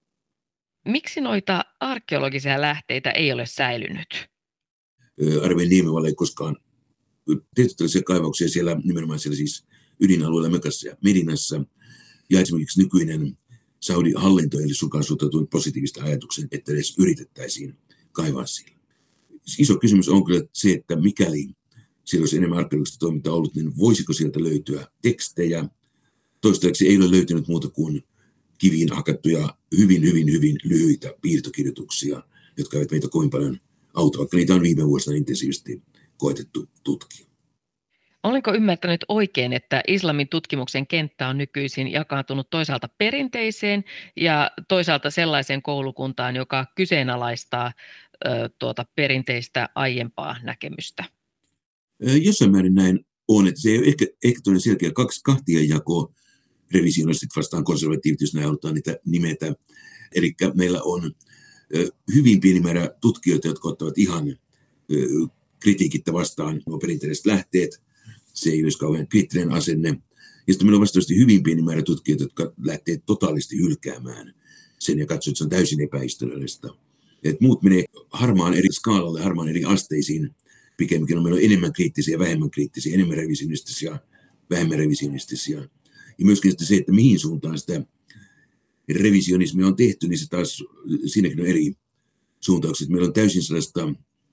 Miksi noita arkeologisia lähteitä ei ole säilynyt? Arabian niemimaalla ei koskaan tehty tällaisia kaivauksia siellä, nimenomaan siellä siis ydinalueella Mekassa ja Medinassa. Ja esimerkiksi nykyinen Saudi-hallinto eli sukaan suhtautui positiivista ajatuksen, että edes yritettäisiin kaivaa siellä. Iso kysymys on kyllä se, että mikäli siellä olisi enemmän arkeologista toimintaa ollut, niin voisiko sieltä löytyä tekstejä. Toistaiseksi ei ole löytynyt muuta kuin kiviin hakattuja hyvin lyhyitä piirtokirjoituksia, jotka eivät meitä kovin paljon auta, vaikka niitä on viime vuosina intensiivisesti koetettu tutkia. Olenko ymmärtänyt oikein, että islamin tutkimuksen kenttä on nykyisin jakaantunut toisaalta perinteiseen ja toisaalta sellaiseen koulukuntaan, joka kyseenalaistaa tuota perinteistä aiempaa näkemystä? Jossain määrin näin on, että se ei ole ehkä toinen selkeä kahtiajako, revisionistit vastaan konservatiivit, jos näin halutaan niitä nimetä. Eli meillä on hyvin pieni määrä tutkijoita, jotka ottavat ihan kritiikittä vastaan nuo perinteiset lähteet. Se ei olisi kauhean kriittinen asenne. Ja sitten meillä on vastaavasti hyvin pieni määrä tutkijoita, jotka lähtee totaalisesti hylkäämään sen ja katsoo, että se on täysin epähistoriallista. Et muut menee harmaan eri skaalalle, harmaan eri asteisiin. Pikemminkin meillä on enemmän kriittisiä, vähemmän kriittisiä, enemmän revisionistisia, vähemmän revisionistisia. Ja myöskin se, että mihin suuntaan sitä revisionismia on tehty, niin se taas, siinäkin on eri suuntaukset. Meillä on täysin sellaista,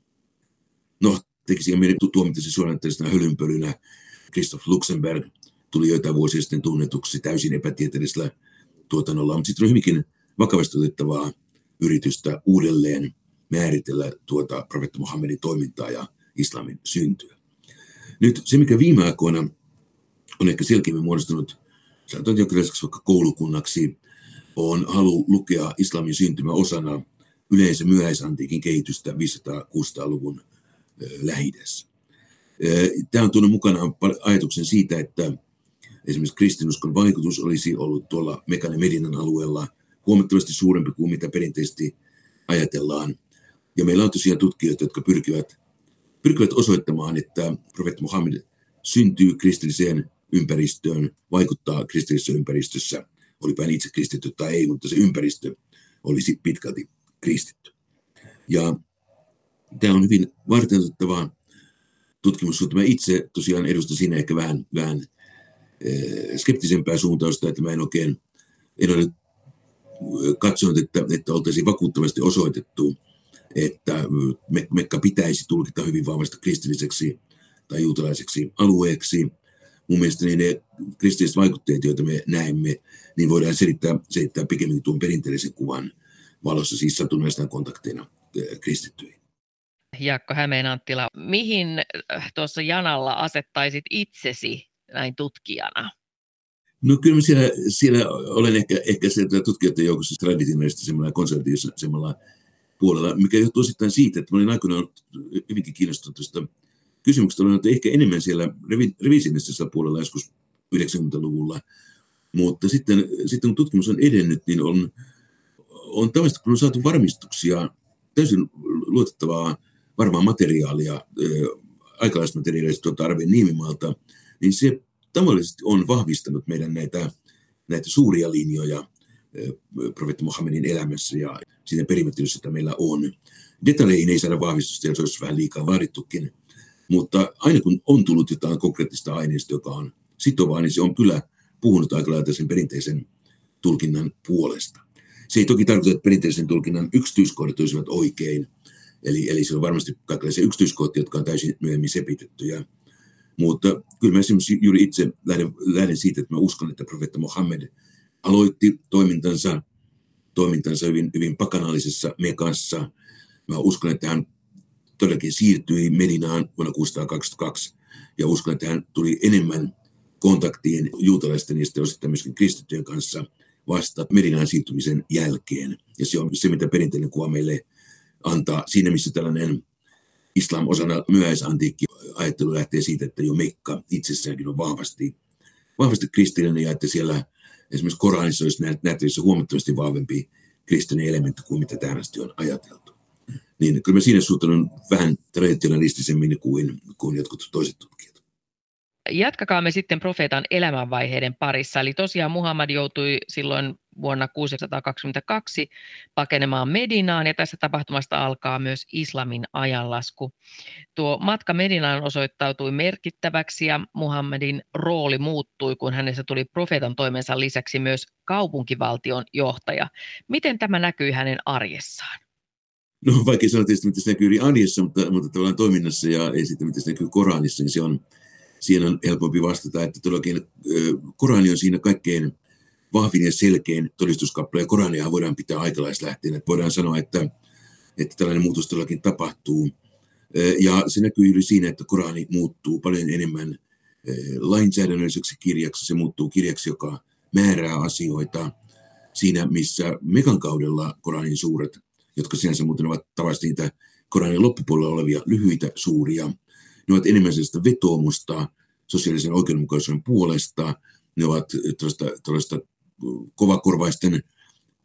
tekisi meidän tuomittaisi suoraan tällaisena hölynpölynä. Christoph Luxemburg tuli joitain vuosia sitten tunnetuksi täysin epätieteellisellä tuotannolla, mutta sitten on hyvinkin vakavasti otettavaa yritystä uudelleen määritellä profeetta Muhammedin toimintaa ja islamin syntyä. Nyt se, mikä viime aikoina on ehkä selkeämmin muodostunut, sanotaan jonkinlaiseksi vaikka koulukunnaksi, on halu lukea islamin syntymä osana yleensä myöhäisantiikin kehitystä 500-600-luvun Lähi-idässä. Tämä on tuonut mukanaan ajatuksen siitä, että esimerkiksi kristinuskon vaikutus olisi ollut tuolla Mekan ja Medinan alueella huomattavasti suurempi kuin mitä perinteisesti ajatellaan. Ja meillä on tosiaan tutkijoita, jotka pyrkivät osoittamaan, että profeetta Muhammed syntyy kristilliseen ympäristöön, vaikuttaa kristillisessä ympäristössä, olipa hän itse kristitty tai ei, mutta se ympäristö olisi pitkälti kristitty. Ja tämä on hyvin varteenotettavaa tutkimus, mutta mä itse tosiaan edustan siinä ehkä vähän skeptisempää suuntausta, että mä en ole katsonut, että oltaisiin vakuuttavasti osoitettu, että Mekka pitäisi tulkita hyvin vahvasti kristilliseksi tai juutalaiseksi alueeksi. Mun mielestä ne kristilliset vaikutteet, joita me näemme, niin voidaan selittää pikemminkin tuon perinteellisen kuvan valossa, siis satunnaisena kontakteina kristittyihin. Jaakko Hämeen-Anttila, mihin tuossa janalla asettaisit itsesi näin tutkijana? No kyllä siellä olen ehkä sieltä tutkijoiden joukossa traditionaalisesti semmoilla konservatiivisella puolella, mikä johtuu osittain siitä, että mä olin aikoinaan ollut hyvinkin kiinnostunut tuosta kysymyksestä. Olen ollut ehkä enemmän siellä revisionistisella puolella joskus 90-luvulla, mutta sitten kun tutkimus on edennyt, niin on tavallisesti, kun on saatu varmistuksia, täysin luotettavaa varmaa materiaalia, aikalaismateriaalista Arabien niemimaalta, niin se tavallisesti on vahvistanut meidän näitä suuria linjoja profeetta Muhammedin elämässä ja siinä perimetrissä, jota meillä on. Detaljeihin ei saada vahvistusta, ja se olisi vähän liikaa vaadittukin, mutta aina kun on tullut jotain konkreettista aineistoa, joka on sitovaa, niin se on kyllä puhunut aika lailla sen perinteisen tulkinnan puolesta. Se ei toki tarkoita, että perinteisen tulkinnan yksityiskohdat olisivat oikein, eli se on varmasti kaikenlaisia yksityiskohtia, jotka on täysin myöhemmin sepitettyjä. Mutta kyllä mä esimerkiksi juuri itse lähden siitä, että mä uskon, että profeetta Muhammed aloitti toimintansa hyvin, hyvin pakanaalisessa Mekassa. Mä uskon, että hän todellakin siirtyi Medinaan vuonna 622 ja uskon, että hän tuli enemmän kontaktiin juutalaisten ja sitten osittain myöskin kristittyjen kanssa vasta Medinaan siirtymisen jälkeen. Ja se on se, mitä perinteinen kuva meille antaa. Siinä, missä tällainen islam osana myöhäisantiikki ajattelu lähtee siitä, että jo Mekka itsessäänkin on vahvasti kristillinen ja että siellä esimerkiksi Koranissa olisi nähtävissä huomattavasti vahvempi kristillinen elementti kuin mitä tähän asti on ajateltu. Niin kyllä mä siinä suhtaudun vähän traditionalistisemmin kuin jotkut toiset tutkijat. Jatkakaamme sitten profeetan elämänvaiheiden parissa. Eli tosiaan Muhammad joutui silloin vuonna 622 pakenemaan Medinaan ja tässä tapahtumasta alkaa myös islamin ajanlasku. Tuo matka Medinaan osoittautui merkittäväksi ja Muhammadin rooli muuttui, kun hänestä tuli profeetan toimensa lisäksi myös kaupunkivaltion johtaja. Miten tämä näkyi hänen arjessaan? No vaikea sanoa tietysti, miten se näkyy arjessa, mutta tavallaan toiminnassa ja sitten miten se näkyy Koranissa, niin siinä on helpompi vastata, että todellakin Korani on siinä kaikkein vahvin ja selkein todistuskappale, ja Korania voidaan pitää aikalaislähteenä. Voidaan sanoa, että tällainen muutos todellakin tapahtuu. Ja se näkyy juuri siinä, että Korani muuttuu paljon enemmän lainsäädännölliseksi kirjaksi. Se muuttuu kirjaksi, joka määrää asioita siinä, missä Mekan kaudella Koranin suuret, jotka sinänsä muuten ovat tavallisesti niitä Koranin loppupuolella olevia lyhyitä suuria, ne ovat enemmän sellaista vetoomusta sosiaalisen oikeudenmukaisuuden puolesta. Ne ovat tällaista kovakorvaisten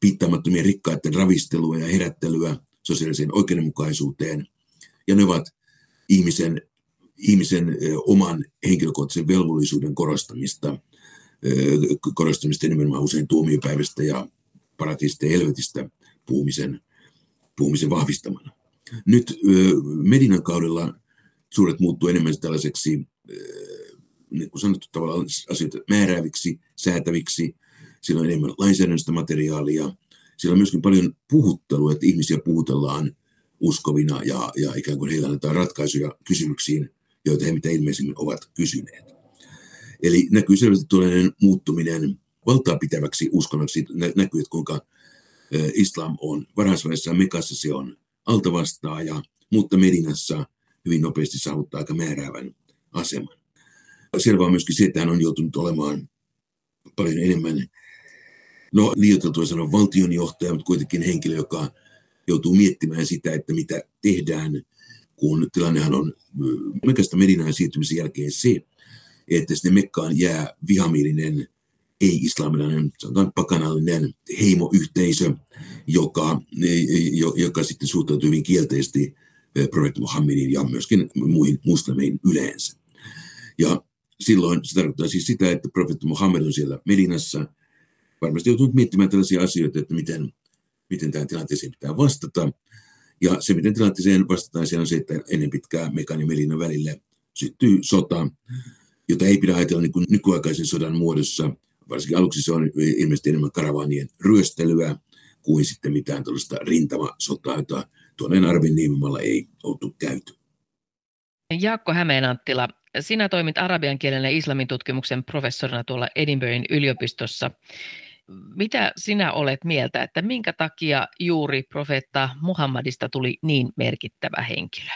piittaamattomien rikkaiden ravistelua ja herättelyä sosiaaliseen oikeudenmukaisuuteen. Ja ne ovat ihmisen oman henkilökohtaisen velvollisuuden korostamista nimenomaan usein tuomiopäivästä ja paratiisista ja helvetistä puhumisen vahvistamana. Nyt Medinan kaudella suuret muuttuu enemmän tällaiseksi, niin kuin sanottu, tavallaan asioita määrääviksi, säätäviksi. Siellä on enemmän lainsäädännöllistä materiaalia. Siellä on myöskin paljon puhuttelua, että ihmisiä puhutellaan uskovina ja ikään kuin heillä annetaan ratkaisuja kysymyksiin, joita he mitä ilmeisimmin ovat kysyneet. Eli näkyy selvästi tällainen muuttuminen valtaa pitäväksi uskonnoksi. Näkyy, että kuinka islam on varhaisvaiheessa Mekassa se on altavastaaja, mutta Medinassa hyvin nopeasti saavuttaa aika määräävän aseman. Selvä on myöskin se, että hän on joutunut olemaan paljon enemmän, liioiteltua sanoa valtionjohtaja, mutta kuitenkin henkilö, joka joutuu miettimään sitä, että mitä tehdään, kun tilannehan on Mekasta Medinaan siirtymisen jälkeen se, että sinne Mekkaan jää vihamielinen, ei-islamilainen, sanotaan pakanallinen heimoyhteisö, joka sitten suhtautuu hyvin kielteisesti profeetta Muhammedin ja myöskin muihin muslimeihin yleensä. Ja silloin se tarkoittaa siis sitä, että profeetta Muhammed on siellä Medinassa varmasti joutunut miettimään tällaisia asioita, että miten tähän tilanteeseen pitää vastata. Ja se, miten tilanteeseen vastataan, se on se, että ennen pitkää Mekan ja Medinan välille syttyy sota, jota ei pidä ajatella niin kuin nykyaikaisen sodan muodossa. Varsinkin aluksi se on ilmeisesti enemmän karavaanien ryöstelyä kuin sitten mitään tällaista rintamasotaa, jota tuonne Arabian niemimaalla ei oltu käyty. Jaakko Hämeenanttila, sinä toimit arabian kielen ja islamin tutkimuksen professorina tuolla Edinburghin yliopistossa. Mitä sinä olet mieltä, että minkä takia juuri profeetta Muhammadista tuli niin merkittävä henkilö?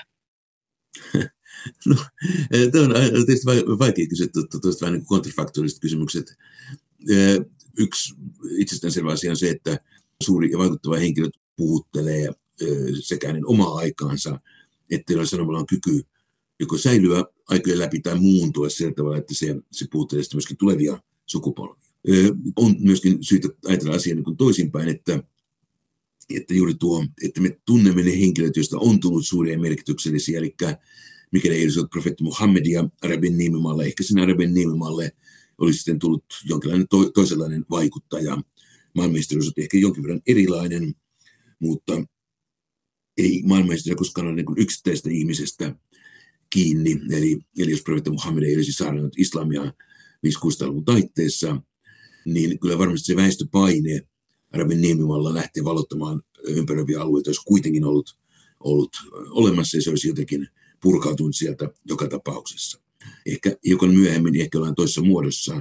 Tämä on tietysti vaikea kysyä, vähän niin kuin kontrafaktuaaliset kysymykset. Yksi itsestäänselvä asia on se, että suuri ja vaikuttava henkilö puhuttelee sekä hänen omaa aikaansa, että jollain sanomalla on kyky joko säilyä aikojen läpi tai muuntua sillä tavalla, että se puhuttelee myöskin tulevia sukupolvia. On myöskin syytä ajatella asiaa niin toisinpäin, että juuri tuo, että me tunnemme ne henkilöt, joista on tullut suuria ja merkityksellisiä, eli mikäli ei olisi ollut profeetta Muhammedia Arabian niemimaalle, ehkä sinne Arabian niemimaalle olisi sitten tullut jonkinlainen toisenlainen vaikuttaja. Maailmanhistoria on ehkä jonkin verran erilainen, mutta ei maailmanhistoria koskaan ole niin kuin yksittäistä ihmisestä kiinni. Eli jos profeetta Muhammed ei olisi saanut islamia 500-600-luvun taitteessa, niin kyllä varmasti se väestöpaine Arabian niemimaalla lähtee valottamaan ympäröiviä alueita, olisi kuitenkin ollut olemassa ja se olisi jotenkin purkautunut sieltä joka tapauksessa. Ehkä hiukan myöhemmin, ehkä jollain toisessa muodossa,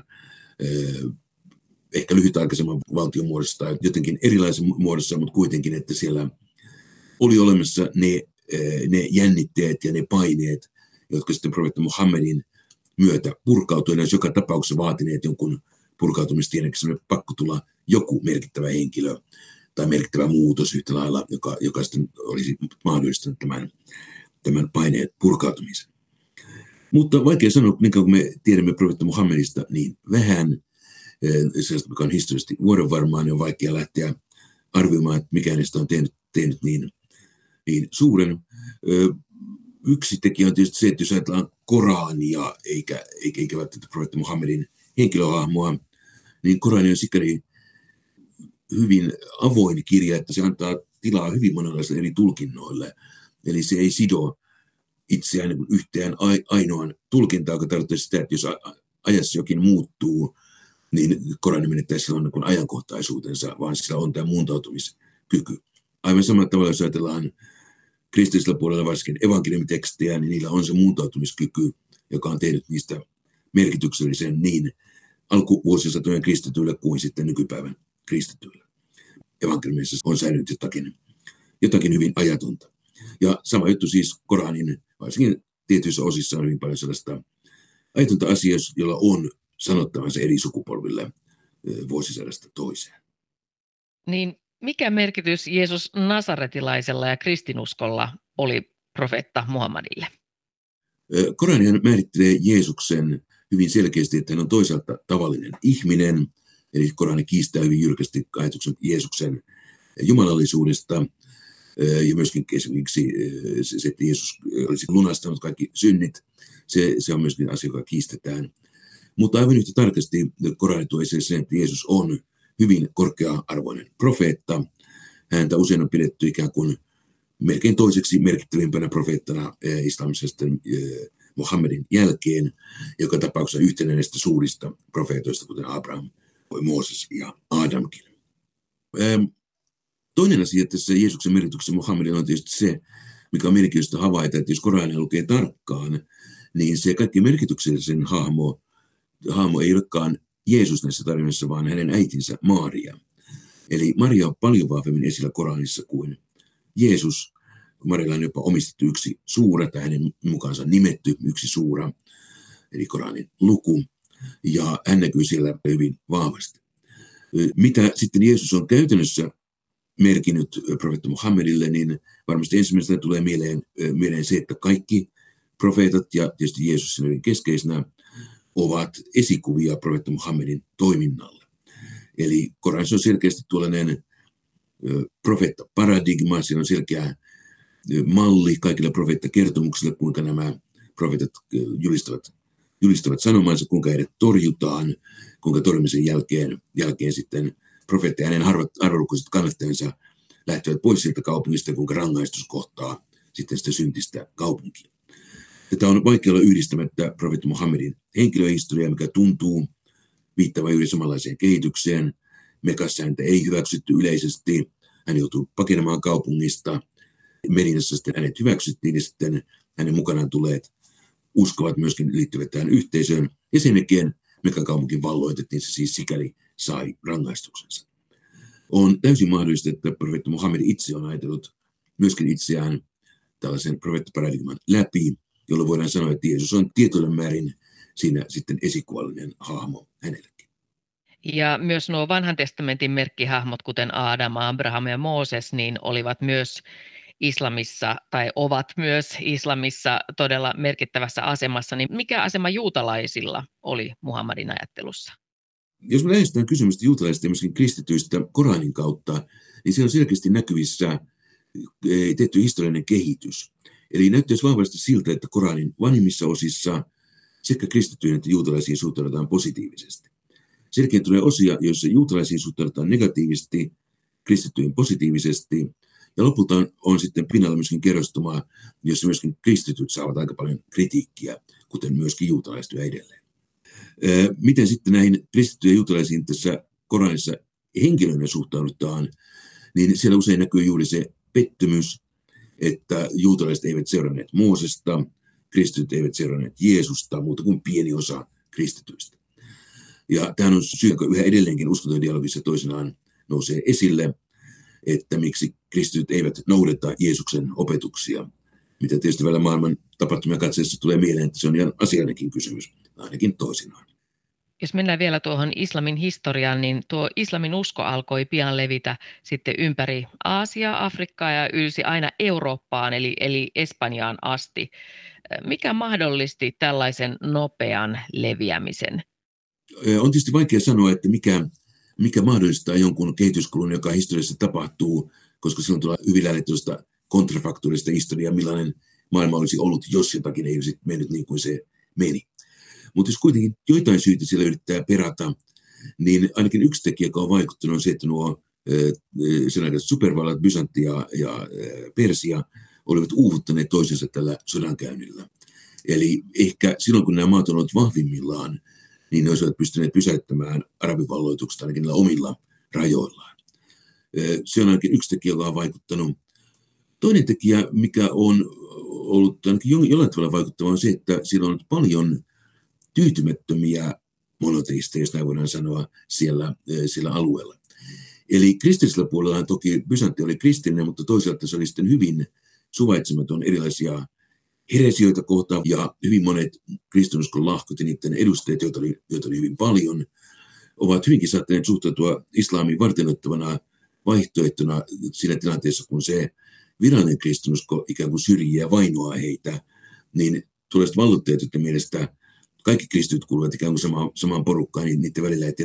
ehkä lyhytaikaisemman valtion muodossa tai jotenkin erilaisen muodossa, mutta kuitenkin, että siellä oli olemassa ne jännitteet ja ne paineet, jotka sitten profeetta Muhammedin myötä purkautuivat, jos joka tapauksessa vaatineet jonkun purkautumistien, oli pakko tulla joku merkittävä henkilö tai merkittävä muutos yhtä lailla, joka sitten olisi mahdollistanut tämän paineen purkautumisen. Mutta vaikea sanoa, minkä kun me tiedämme profeetta Muhammedista niin vähän, sellaista, mikä on historiallisesti vuodenvarmaa, niin on vaikea lähteä arvioimaan, että mikä hänestä on tehnyt niin suuren. Yksi tekijä on tietysti se, että jos ajatellaan Korania, eikä välttämättä profeetta Muhammedin henkilöhahmoa, niin Korani on sikäli hyvin avoin kirja, että se antaa tilaa hyvin monenlaisille eri tulkinnoille. Eli se ei sido itseään yhteen ainoan tulkintaan, joka tarkoittaa sitä, että jos ajassa jokin muuttuu, niin Korani menettää silloin niin ajankohtaisuutensa, vaan sillä on tämä muuntautumiskyky. Aivan samalla tavalla, jos ajatellaan kristillisellä puolella varsinkin evankeliumitekstejä, niin niillä on se muuntautumiskyky, joka on tehnyt niistä merkityksellisen niin alkuvuosisatojen kristityille kuin sitten nykypäivän kristityille. Evankeliumissa on säilynyt jotakin hyvin ajatonta. Ja sama juttu siis Koranin, varsinkin tietyissä osissa on hyvin paljon sellaista ajatonta asiaa, jolla on sanottavansa eri sukupolville vuosisadasta toiseen. Niin mikä merkitys Jeesus nasaretilaisella ja kristinuskolla oli profeetta Muhammadille? Koranihan määrittelee Jeesuksen hyvin selkeästi, että hän on toisaalta tavallinen ihminen Eli Korani kiistää hyvin jyrkästi ajatuksen Jeesuksen jumalallisuudesta ja myöskin esimerkiksi se, että Jeesus olisi lunastanut kaikki synnit. Se on myöskin asia, joka kiistetään. Mutta aivan yhtä tarkasti Korani tuo esille sen, että Jeesus on hyvin korkea-arvoinen profeetta. Häntä usein on pidetty ikään kuin melkein toiseksi merkittävimpänä profeettana islamista Muhammedin jälkeen, joka tapauksessa yhtenä näistä suurista profeetoista, kuten Abraham, Mooses ja Adamkin. Toinen asia tässä Jeesuksen merkityksessä Muhammedilla on tietysti se, mikä on mielenkiintoista havaita, että jos Korania lukee tarkkaan, niin se kaikki merkityksellisen hahmo ei olekaan Jeesus näissä tarinassa, vaan hänen äitinsä Maria. Eli Maria on paljon vahvemmin esillä Koranissa kuin Jeesus. Marialla on jopa omistettu yksi suura, tai hänen mukaansa nimetty yksi suura, eli Koranin luku, ja hän näkyy siellä hyvin vahvasti. Mitä sitten Jeesus on käytännössä merkinnyt profeetta Muhammedille, niin varmasti ensimmäisenä tulee mieleen se, että kaikki profeetat ja tietysti Jeesus hyvin keskeisenä ovat esikuvia profeetta Muhammedin toiminnalle. Eli Koranissa on selkeästi tuollainen profeettaparadigma, siinä on selkeä malli kaikilla profeettakertomuksilla, kuinka nämä profeetat julistavat sanomansa, kuinka heidät torjutaan, kuinka torjumisen jälkeen sitten profeetta ja hänen arvolukuiset kannattajansa lähtevät pois sieltä kaupungista, kuinka rangaistus kohtaa sitten sitä syntistä kaupunkia. Tätä on vaikea olla yhdistämättä profeetta Muhammedin henkilöhistoriaa, mikä tuntuu viittavan juuri samanlaiseen kehitykseen. Mekassa häntä ei hyväksytty yleisesti, hän joutui pakenemaan kaupungista. Medinassa sitten hänet hyväksyttiin ja sitten hänen mukanaan tulleet uskovat myöskin liittyvät tähän yhteisöön. Ja sen jälkeen Mekan kaupunkin valloitettiin, se siis sikäli sai rangaistuksensa. On täysin mahdollista, että profeetta Muhammed itse on ajatellut myöskin itseään tällaisen profeettaparadigman läpi, jolloin voidaan sanoa, että Jeesus on tietyllä määrin siinä sitten esikuvallinen hahmo hänellekin. Ja myös nuo vanhan testamentin merkkihahmot, kuten Aadam, Abraham ja Mooses, niin olivat myös islamissa tai ovat myös islamissa todella merkittävässä asemassa. Niin mikä asema juutalaisilla oli Muhammadin ajattelussa? Jos me lähestytään kysymystä juutalaisista ja myöskin kristityistä Koranin kautta, niin se on selkeästi näkyvissä tehty historiallinen kehitys. Eli näyttäisi vahvasti siltä, että Koranin vanhimmissa osissa sekä kristittyihin että juutalaisiin suhtaudutaan positiivisesti. Selkeä tulee osia, joissa juutalaisiin suhtaudutaan negatiivisesti, kristittyihin positiivisesti, ja lopulta on sitten pinnalla myöskin kerrostumaa, jossa myöskin kristityt saavat aika paljon kritiikkiä, kuten myöskin juutalaiset ja edelleen. Miten sitten näihin kristittyihin ja juutalaisiin tässä Koranissa henkilöinä suhtaudutaan, niin siellä usein näkyy juuri se pettymys, että juutalaiset eivät seuranneet Moosesta, kristityt eivät seuranneet Jeesusta, muuta kuin pieni osa kristityistä. Ja tämähän on syy, joka yhä edelleenkin uskontodialogissa toisenaan nousee esille, että miksi kristityt eivät noudata Jeesuksen opetuksia, mitä tietysti välillä maailman tapahtumia katseessa tulee mieleen, että se on ihan asiallinen kysymys, ainakin toisinaan. Jos mennään vielä tuohon islamin historiaan, niin tuo islamin usko alkoi pian levitä sitten ympäri Aasiaa, Afrikkaa ja ylsi aina Eurooppaan, eli Espanjaan asti. Mikä mahdollisti tällaisen nopean leviämisen? On tietysti vaikea sanoa, että mikä mahdollistaa jonkun kehityskulun, joka historiassa tapahtuu, koska silloin tulee hyvin lähelle tuosta kontrafaktuaalista historiaa, millainen maailma olisi ollut, jos jotakin ei olisi mennyt niin kuin se meni. Mutta jos kuitenkin joitain syitä siellä yrittää perata, niin ainakin yksi tekijä, joka on vaikuttanut, on se, että nuo sen aikaiset supervallat, Byzantti ja Persia, olivat uuvuttaneet toisensa tällä sodankäynnillä. Eli ehkä silloin, kun nämä maat ovat olleet vahvimmillaan, niin ne olisivat pystyneet pysäyttämään arabivalloitukset ainakin niillä omilla rajoillaan. Se on ainakin yksi tekijä, joka on vaikuttanut. Toinen tekijä, mikä on ollut ainakin jollain tavalla vaikuttava, on se, että siellä on paljon tyytymättömiä monoteisteja, jos näin voidaan sanoa, siellä alueella. Eli kristillisellä puolella toki Byzantti oli kristillinen, mutta toisaalta se oli sitten hyvin suvaitsematon erilaisia heresioita kohtaan, ja hyvin monet kristinuskon lahkot ja niiden edustajat, joita oli hyvin paljon, ovat hyvinkin saattaneet suhtautua islamiin varteenottavana vaihtoehtona siinä tilanteessa, kun se virallinen kristinusko ikään kuin syrjii ja vainoaa heitä, niin tulee sitten vallottajat, joiden mielestä kaikki kristityt kuuluvat ikään kuin samaan porukkaan, niin niiden välillä ei tehdä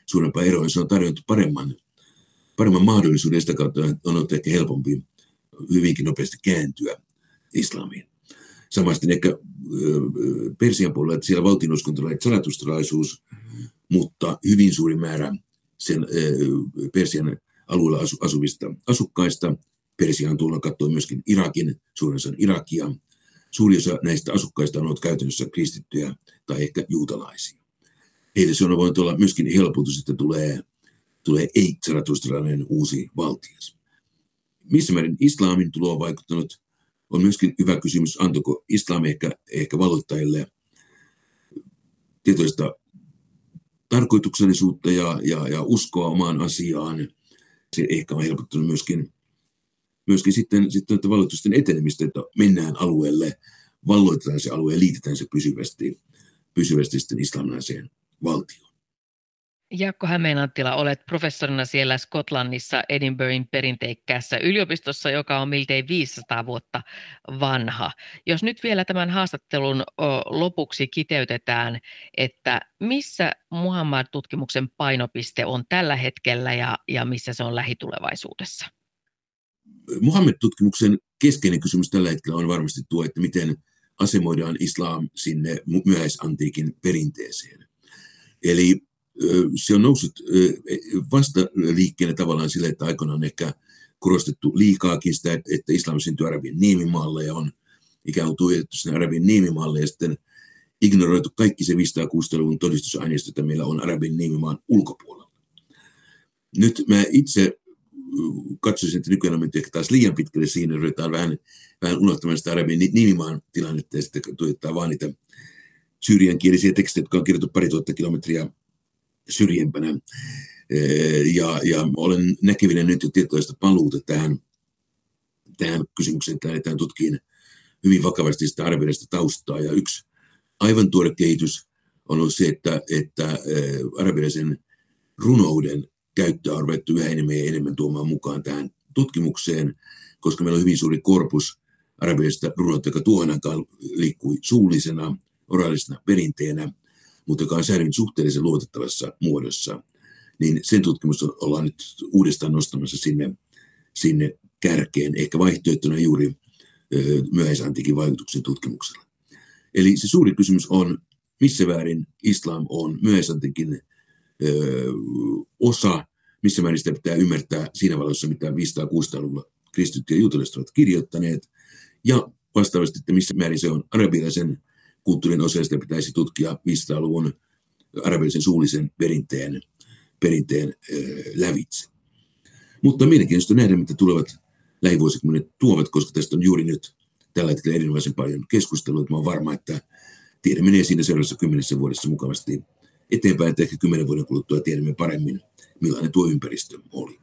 suurempaa eroa. Se on tarjonnut paremman mahdollisuuden, sitä kautta on ollut ehkä helpompi hyvinkin nopeasti kääntyä islamiin. Samasti ehkä Persian puolella, että siellä valtionuskontolainen salatustalaisuus, mutta hyvin suuri määrä sen Persian alueella asuvista asukkaista. Persiaan tullaan katsoa myöskin Irakin, suurin osa Irakia. Suuri osa näistä asukkaista on ollut käytännössä kristittyjä tai ehkä juutalaisia. Heille se on voinut olla myöskin helpotus, että tulee ei-salatustalainen uusi valtias. Missä määrin islamin tulo on vaikuttanut, on myöskin hyvä kysymys, antoiko islam ehkä valloittajille tietoista tarkoituksellisuutta ja uskoa omaan asiaan. Se ehkä on helpottanut myöskin sitten valloitusten etenemistä, että mennään alueelle, valloitetaan se alue ja liitetään se pysyvästi sitten islamilaiseen valtioon. Jaakko Hämeenanttila, olet professorina siellä Skotlannissa Edinburghin perinteikkäässä yliopistossa, joka on miltei 500 vuotta vanha. Jos nyt vielä tämän haastattelun lopuksi kiteytetään, että missä Muhammad-tutkimuksen painopiste on tällä hetkellä ja missä se on lähitulevaisuudessa? Muhammed-tutkimuksen keskeinen kysymys tällä hetkellä on varmasti tuo, että miten asemoidaan islam sinne myöhäisantiikin perinteeseen. Eli se on noussut vasta liikkeenä tavallaan sille, että aikoinaan on ehkä korostettu liikaakin sitä, että islam syntyi Arabian niemimaalle ja on ikään kuin tuijotettu sinne Arabian niemimaalle ja sitten ignoroitu kaikki se 500-600-luvun todistusaineisto, että meillä on Arabian niemimaan ulkopuolella. Nyt mä itse katsoisin, että nykyään on menty ehkä taas liian pitkälle siinä, ruvetaan vähän unohtamaan sitä Arabian niemimaan tilannetta ja sitten tuijottaa vaan niitä syyriankielisiä tekstejä, jotka on kirjoitettu 2000 kilometriä syrjempänä. Ja olen näkevinen nyt jo tietoista paluuta tähän kysymykseen, että tutkiin hyvin vakavasti sitä arabialaista taustaa. Ja yksi aivan tuore kehitys on ollut se, että arabialaisen runouden käyttöä on ruvettu yhä enemmän ja enemmän tuomaan mukaan tähän tutkimukseen, koska meillä on hyvin suuri korpus arabialaista runoutta, joka tuohon aikaan liikkui suullisena, oraalisena perinteenä, mutta joka on säilynyt suhteellisen luotettavassa muodossa, niin sen tutkimus ollaan nyt uudestaan nostamassa sinne kärkeen, ehkä vaihtoehtona juuri myöhäisantiikin vaikutuksen tutkimuksella. Eli se suuri kysymys on, missä väärin islam on myöhäisantikin osa, missä määrin sitä pitää ymmärtää siinä valossa, mitä 500-600-luvulla kristityt ja juutalaiset ovat kirjoittaneet, ja vastaavasti, että missä määrin se on arabialaisen kulttuurin osa, sitä pitäisi tutkia 500-luvun arabialaisen suullisen perinteen lävitse. Mutta mielenkiintoista nähdä, mitä tulevat lähivuosikymmenet tuovat, koska tästä on juuri nyt tällä hetkellä erinomaisen paljon keskustelua. Mä olen varma, että tiede menee siinä seuraavassa 10 vuodessa mukavasti eteenpäin, että ehkä 10 vuoden kuluttua tiedämme paremmin, millainen tuo ympäristö oli.